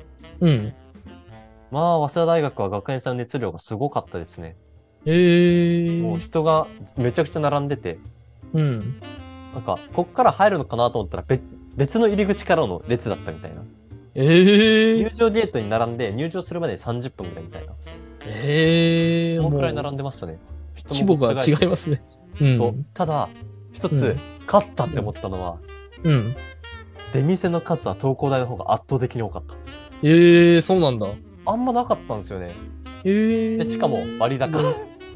早稲田大学は学園祭の熱量がすごかったですね。もう人がめちゃくちゃ並んでて、なんか、こっから入るのかなと思ったら別の入り口からの列だったみたいな。入場ゲートに並んで入場するまでに30分ぐらいみたいな。そのくらい並んでましたね。 規模が違いますね。 そう。ただ、一つ、勝ったって思ったのは、出店の数は東工大の方が圧倒的に多かった。 そうなんだ。 あんまなかったんですよね。でしかも割高。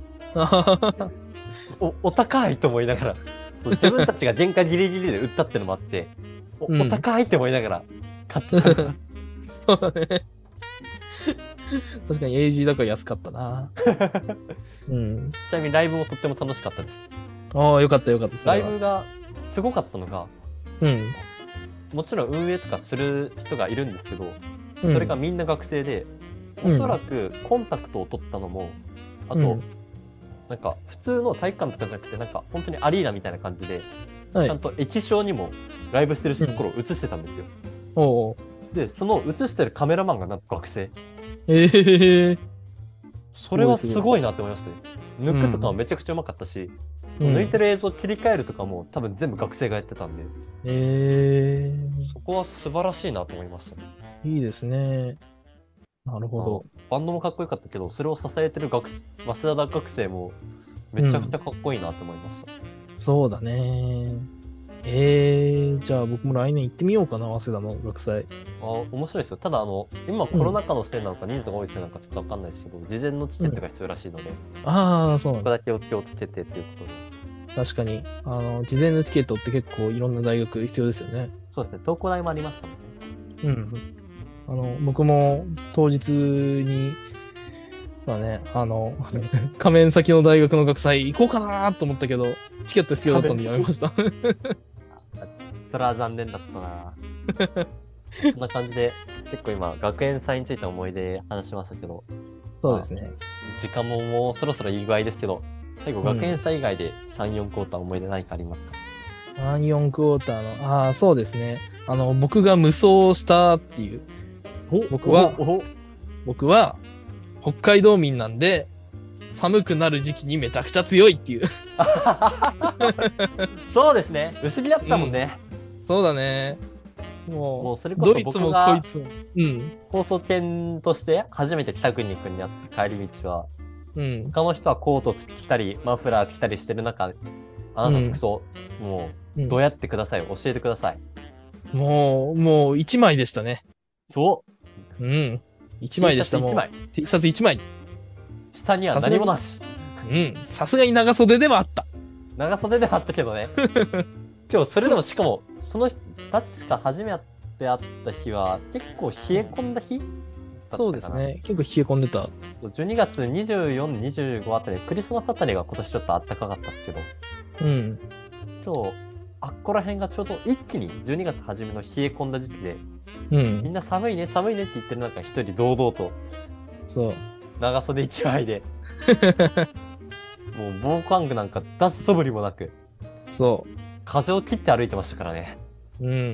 お高いと思いながら、自分たちが原価ギリギリで売ったってのもあって、お高いって思いながら買ってたんです。 そうだね。確かに AG だから安かったな。 ちなみにライブもとっても楽しかったです。 ああ、よかったよかった。 ライブがすごかったのが、もちろん運営とかする人がいるんですけど、それがみんな学生で、おそらくコンタクトを取ったのも、あと、なんか普通の体育館とかじゃなくて、なんか本当にアリーナみたいな感じで、ちゃんと液晶にもライブしてるところを映してたんですよ。で、その映してるカメラマンがなんか学生。それはすごいなって思いましたね。抜くとかもめちゃくちゃうまかったし、抜いてる映像切り替えるとかも多分全部学生がやってたんで。そこは素晴らしいなと思いましたね。 いいですね。なるほど。 バンドもかっこよかったけど、それを支えてる早稲田大学生もめちゃくちゃかっこいいなと思いました。 そうだね。じゃあ僕も来年行ってみようかな、早稲田の学祭。 面白いですよ。ただ今コロナ禍のせいなのか人数が多いせいなのかちょっとわかんないですけど、事前のチケットが必要らしいので。 そうなんだ。そこだけお気をつけてということで。確かに、事前のチケットって結構いろんな大学必要ですよね。 そうですね。東工大もありましたもんね。 僕も当日に、仮面先の大学の学祭行こうかなと思ったけど、チケット必要だったんでやめました。 それは残念だったな。そんな感じで、結構今、学園祭について思い出話しましたけど。 そうですね。 時間ももうそろそろいい具合ですけど、最後、学園祭以外で3、4クォーター思い出何かありますか ？3、4クォーターの、そうですね。僕が無双したっていう。僕は、北海道民なんで、寒くなる時期にめちゃくちゃ強いっていう。 そうですね。薄着だったもんね。 そうだね。もうそれこそ僕が放送犬として初めて北国君に会った帰り道は、他の人はコート着たり、マフラー着たりしてる中、あなた服装、もう、どうやってください、教えてください。 もう一枚でしたね。 そう。 一枚でした、もう。T シャツ一枚。 下には何もなし。 さすがに長袖ではあった。 長袖ではあったけどね。今日それでもしかも、その人たちか初めて会った日は結構冷え込んだ日だったかな。 そうですね。結構冷え込んでた。 12月24、25あたり、クリスマスあたりが今年ちょっと暖かかったんですけど。今日、あっこら辺がちょうど一気に12月初めの冷え込んだ時期で、みんな寒いねって言ってる中、一人堂々と、長袖一枚で、もう防寒具なんか出すそぶりもなく、風を切って歩いてましたからね。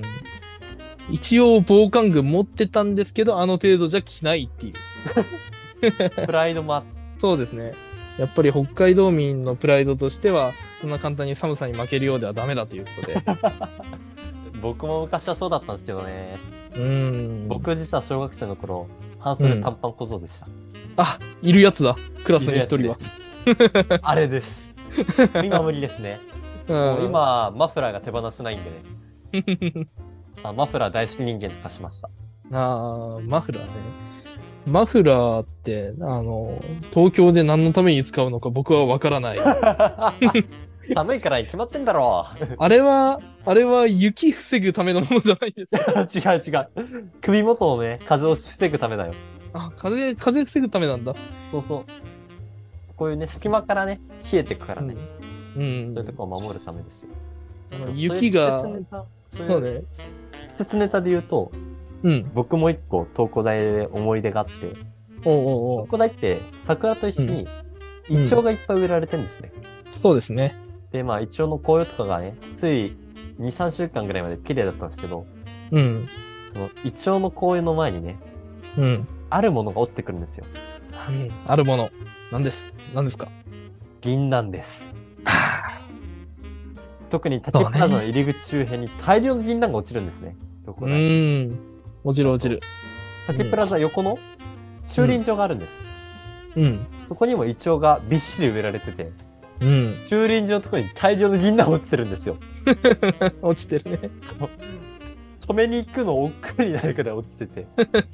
一応防寒具持ってたんですけど、あの程度じゃ着ないっていう。 プライドもあって。 そうですね。やっぱり北海道民のプライドとしては、そんな簡単に寒さに負けるようではダメだということで。 僕も昔はそうだったんですけどね。僕実は小学生の頃、半袖短パン小僧でした。 あ、いるやつだ。クラスに一人は。 あれです。今無理ですね。もう今、マフラーが手放せないんでね。マフラー大好き人間と化しました。 マフラーね。マフラーって、東京で何のために使うのか僕はわからない。 寒いからに決まってんだろう。 あれは雪防ぐためのものじゃないですか。違う。首元をね、風を防ぐためだよ。 あ、風防ぐためなんだ。 そうそう。こういうね、隙間からね、冷えてくからね。そういうとこを守るためですよ。 雪が、そうね。 季節ネタで言うと、僕も一個、東工大で思い出があって、東工大って桜と一緒に、イチョウがいっぱい植えられてるんですね。 そうですね。 で、まあ、イチョウの紅葉とかがね、つい2、3週間ぐらいまで綺麗だったんですけど、そのイチョウの紅葉の前にね、あるものが落ちてくるんですよ。 あるもの。何ですか？ 銀杏です。特に竹プラザの入り口周辺に大量の銀杏が落ちるんですね。落ちる。竹プラザ横の駐輪場があるんです。そこにもイチョウがびっしり植えられてて、駐輪場のところに大量の銀杏落ちてるんですよ。 落ちてるね。 止めに行くの億劫になるくらい落ちてて。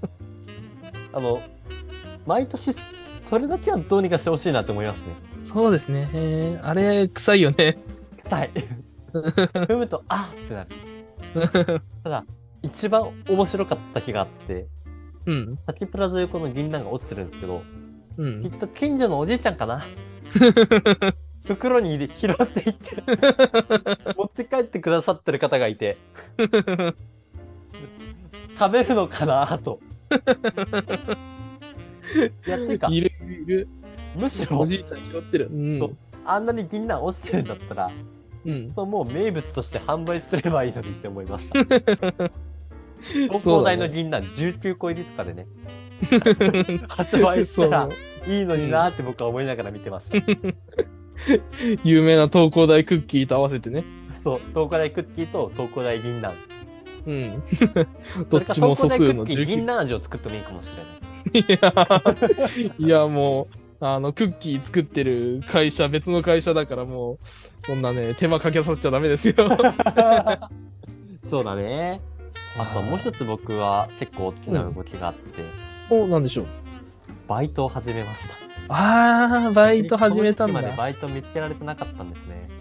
毎年、それだけはどうにかしてほしいなって思いますね。 そうですね。あれ、臭いよね。 臭い。踏むと、あーってなる。ただ、一番面白かった日があって、滝プラザ横の銀杏が落ちてるんですけど、きっと近所のおじいちゃんかな。袋に入れ、拾っていって、持って帰ってくださってる方がいて、食べるのかなと。やっていうか、 いる。 むしろ、 おじいちゃん拾ってる。 あんなに銀杏落ちてるんだったら、もう名物として販売すればいいのにって思いました。東工大の銀杏19個入りとかでね、発売したらいいのになーって僕は思いながら見てました。 有名な東工大クッキーと合わせてね。 そう、東工大クッキーと東工大銀杏。 どっちも素数の 19。銀杏味を作ってもいいかもしれない。 いやもう、クッキー作ってる会社、別の会社だからもう、こんなね、手間かけさせちゃダメですよ。 そうだね。あともう一つ僕は結構大きな動きがあって。 なんでしょう。 バイトを始めました。 バイト始めたんだ。 今までバイト見つけられてなかったんですね。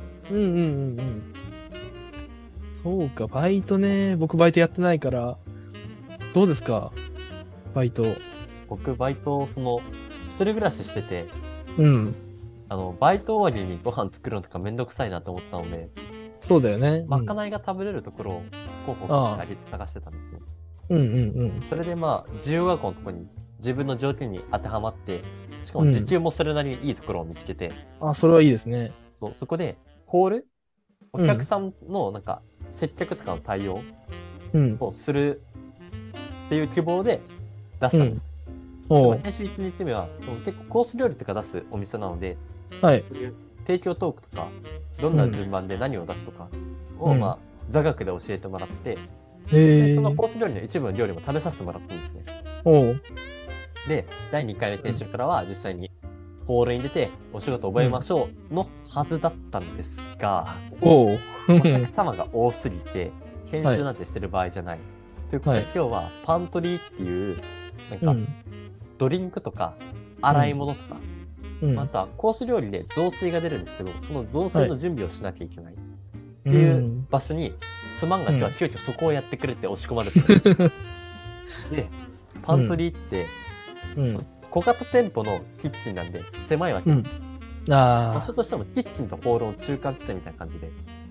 そうか、バイトね。僕バイトやってないから。どうですか？バイト。 僕バイト、一人暮らししてて、バイト終わりにご飯作るのとかめんどくさいなと思ったので、 そうだよね。 まかないが食べれるところを候補として探してたんですね。それでまあ、自由学校のところに自分の条件に当てはまって、しかも時給もそれなりにいいところを見つけて。 それはいいですね。 そこで、ホールお客さんのなんか、接客とかの対応をするっていう希望で出したんです。研修1日目は、結構コース料理とか出すお店なので、そういう提供トークとか、どんな順番で何を出すとかを、座学で教えてもらって、でそのコース料理の一部の料理も食べさせてもらったんですね。で、第2回の研修からは実際にホールに出てお仕事覚えましょうのはずだったんですが、お客様が多すぎて、研修なんてしてる場合じゃない。ということで、今日はパントリーっていう、なんか、ドリンクとか、洗い物とか、あとはコース料理で雑炊が出るんですけど、その雑炊の準備をしなきゃいけないっていう場所に、すまんが今日は急遽そこをやってくれって押し込まれてる。で、パントリーって、小型店舗のキッチンなんで狭いわけです。場所としてもキッチンとホールの中間地点みたいな感じで、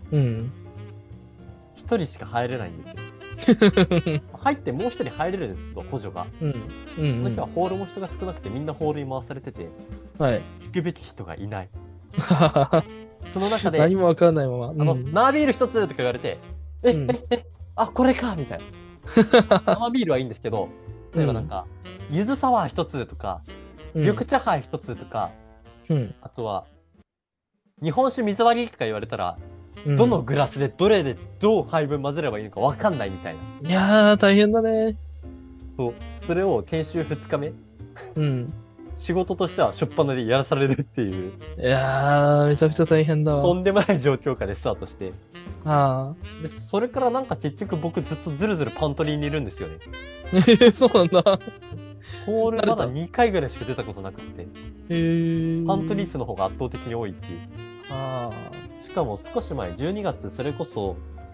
一人しか入れないんですよ。入ってもう一人入れるんですけど、補助が。その日はホールも人が少なくてみんなホールに回されてて、引くべき人がいない。その中で、 何もわからないまま。 生ビール一つとか言われて、これかみたいな。生ビールはいいんですけど、例えばなんか、柚子サワー一つとか、 緑茶杯一つとか、あとは、日本酒水割りとか言われたら、どのグラスでどれでどう配分混ぜればいいのか分かんないみたいな。 いやー、大変だね。 そう。それを研修2日目。仕事としては初っ端でやらされるっていう。 いやー、めちゃくちゃ大変だわ。 とんでもない状況下でスタートして。で、それからなんか結局僕ずっとずるずるパントリーにいるんですよね。 そうなんだ。 ホールまだ2回ぐらいしか出たことなくて。パントリー数の方が圧倒的に多いっていう。しかも少し前、12月、それこそ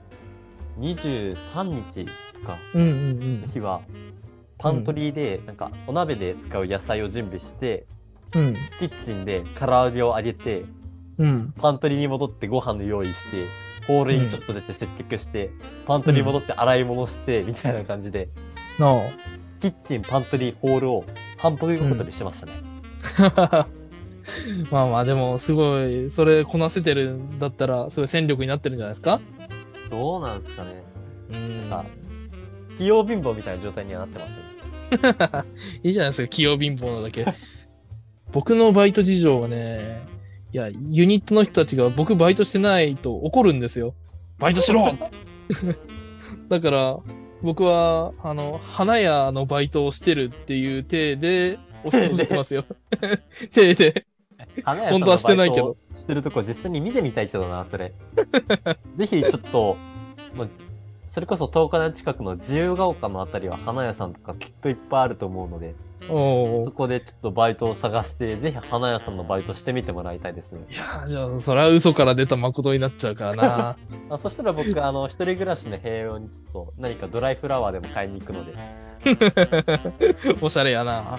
23日とかの日は、パントリーで、なんか、お鍋で使う野菜を準備して、キッチンで唐揚げを揚げて、パントリーに戻ってご飯の用意して、ホールにちょっと出て接客して、パントリーに戻って洗い物して、みたいな感じで、キッチン、パントリー、ホールを半分ごとにしてましたね。 まあまあ、でも、すごい、それこなせてるんだったら、すごい戦力になってるんじゃないですか？ どうなんですかね。器用貧乏みたいな状態にはなってます。 いいじゃないですか、器用貧乏なだけ。僕のバイト事情はね、いや、ユニットの人たちが僕バイトしてないと怒るんですよ。バイトしろだから、僕は、花屋のバイトをしてるっていう体で、押し通してますよ。体で。本当はしてないけど。 してるとこ実際に見てみたいけどな、それ。ぜひちょっと、それこそ10日間近くの自由が丘のあたりは花屋さんとかきっといっぱいあると思うので、そこでちょっとバイトを探して、ぜひ花屋さんのバイトしてみてもらいたいですね。 いやー、じゃあ、それは嘘から出た誠になっちゃうからな。そしたら僕、一人暮らしの部屋用にちょっと何かドライフラワーでも買いに行くので。 おしゃれやな。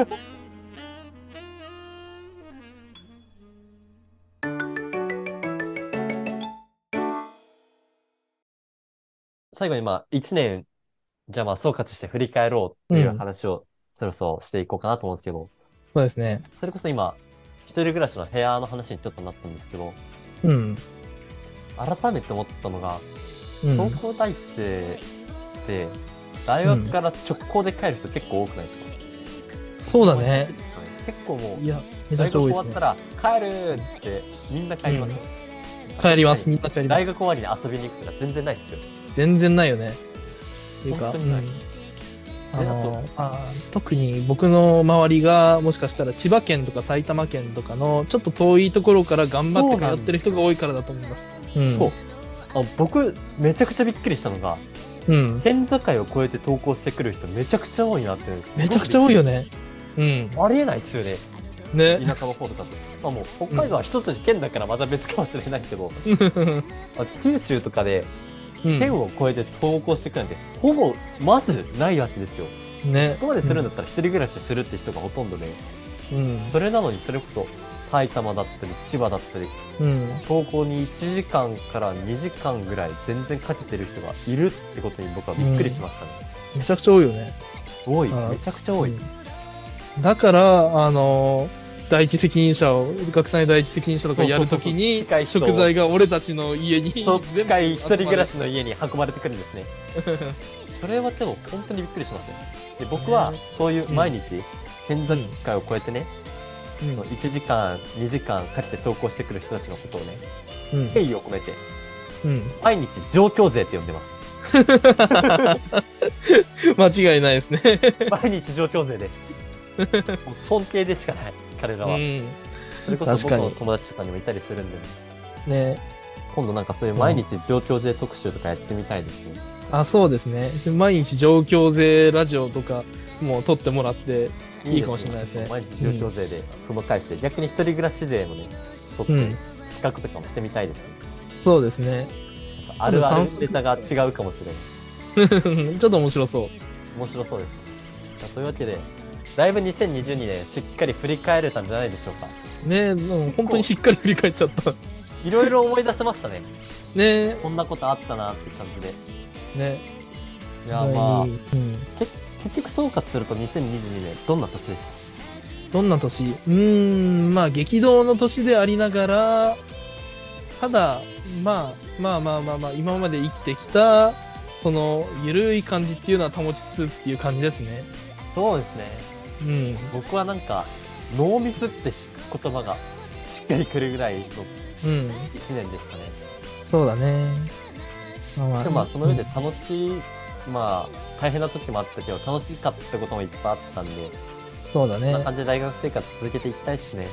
最後に1年、じゃあ総括して振り返ろうっていう話をそろそろしていこうかなと思うんですけど。 そうですね。 それこそ今、一人暮らしの部屋の話にちょっとなったんですけど、改めて思ったのが、東京大生って大学から直行で帰る人結構多くないですか？ そうだね。 結構もう、 いや、めちゃくちゃ多いですね。 大学終わったら帰るってみんな帰りますよ。 帰ります、みんな帰ります。 大学終わりに遊びに行くとか全然ないですよ。 全然ないよね。っていうか、特に僕の周りがもしかしたら千葉県とか埼玉県とかのちょっと遠いところから頑張って通ってる人が多いからだと思います。 そう。僕、めちゃくちゃびっくりしたのが、県境を越えて投稿してくる人めちゃくちゃ多いなって。 めちゃくちゃ多いよね。 ありえないですよね。 ね。 田舎の方とかと。もう北海道は一つに県だからまた別かもしれないけど、九州とかで県を越えて投稿してくるなんて、ほぼまずないわけですよ。 ね。 そこまでするんだったら一人暮らしするって人がほとんどで、それなのにそれこそ埼玉だったり千葉だったり、投稿に1時間から2時間ぐらい全然かけてる人がいるってことに僕はびっくりしましたね。 めちゃくちゃ多いよね。 多い。めちゃくちゃ多い。 だから、第一責任者を、学祭第一責任者とかやるときに、食材が俺たちの家に、 一人暮らしの家に運ばれてくるんですね。それはでも本当にびっくりしましたね。で、僕はそういう毎日、県境を越えてね、1時間、2時間かけて投稿してくる人たちのことをね、敬意を込めて、毎日上京勢って呼んでます。 間違いないですね。 毎日上京勢です。もう尊敬でしかない、彼らは。それこそ僕の友達とかにもいたりするんでね。今度なんかそういう毎日上京勢特集とかやってみたいですね。 そうですね。毎日上京勢ラジオとかも撮ってもらっていいかもしれないですね。 毎日上京勢でその回して、逆に一人暮らし勢もね、撮って企画とかもしてみたいですね。 そうですね。 あるあるネタが違うかもしれない。 ちょっと面白そう。 面白そうです。というわけで、だいぶ2022年しっかり振り返れたんじゃないでしょうか。 ねえ、本当にしっかり振り返っちゃった。 いろいろ思い出せましたね。 ねえ。 こんなことあったなって感じで。 ね。 いや、結局総括すると2022年、どんな年でした？ どんな年？激動の年でありながら、ただ、今まで生きてきた、その、ゆるい感じっていうのは保ちつつっていう感じですね。 そうですね。僕はなんか、 ノーミスって言葉がしっかりくるぐらいの1年でしたね。 そうだね。 でもまあその上で楽しい、まあ大変な時もあったけど楽しかったこともいっぱいあったんで、 そうだね。 こんな感じで大学生活続けていきたいですね。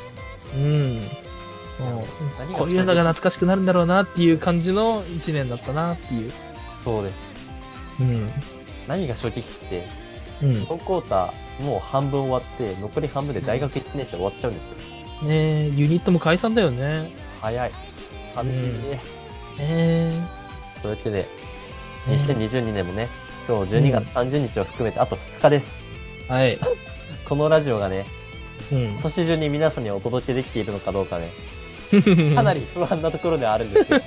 こういうのが懐かしくなるんだろうなっていう感じの1年だったなっていう。 そうです。何が衝撃って、このクォーターもう半分終わって、残り半分で大学1年生終わっちゃうんですよ。 ねえ、ユニットも解散だよね。 早い。寂しいね。というわけで、2022年もね、今日12月30日を含めてあと2日です。 はい。 このラジオがね、今年中に皆さんにお届けできているのかどうかね、かなり不安なところではあるんですけど。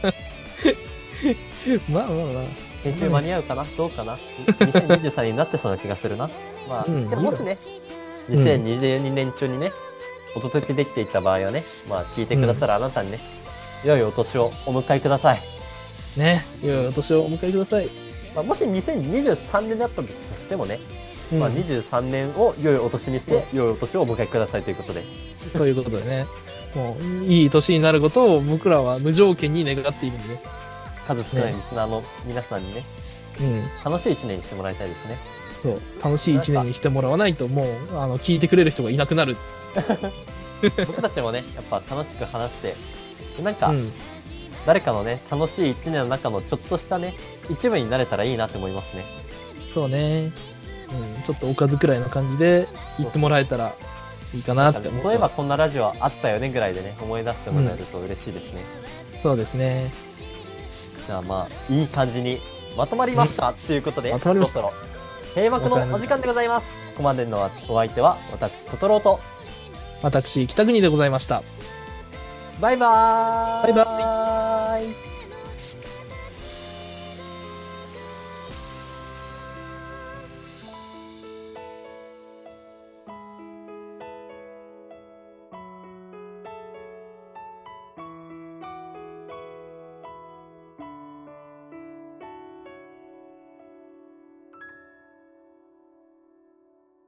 まあ。 編集間に合うかな、どうかな ?2023 年になってそうな気がするな。まあ、でももしね、2022年中にね、お届けできていた場合はね、まあ、聞いてくださるあなたにね、良いお年をお迎えください。 ね、良いお年をお迎えください。 まあ、もし2023年だったとしてもね、まあ、23年を良いお年にして、良いお年をお迎えくださいということで。 ということでね、もう、いい年になることを僕らは無条件に願っているんでね。 数少ないリスナーの皆さんにね、楽しい一年にしてもらいたいですね。 そう、楽しい一年にしてもらわないと、もう、聞いてくれる人がいなくなる。 僕たちもね、やっぱ楽しく話して、なんか、誰かのね、楽しい一年の中のちょっとしたね、一部になれたらいいなって思いますね。 そうね。ちょっとおかずくらいの感じで言ってもらえたらいいかなって思う。 そういえばこんなラジオあったよねぐらいでね、思い出してもらえると嬉しいですね。 そうですね。 じゃあまあ、いい感じにまとまりましたっていうことで、そろそろ閉幕のお時間でございます。ここまでのお相手は、私、トトロと、 私、北国でございました。 バイバーイ。 バイバーイ。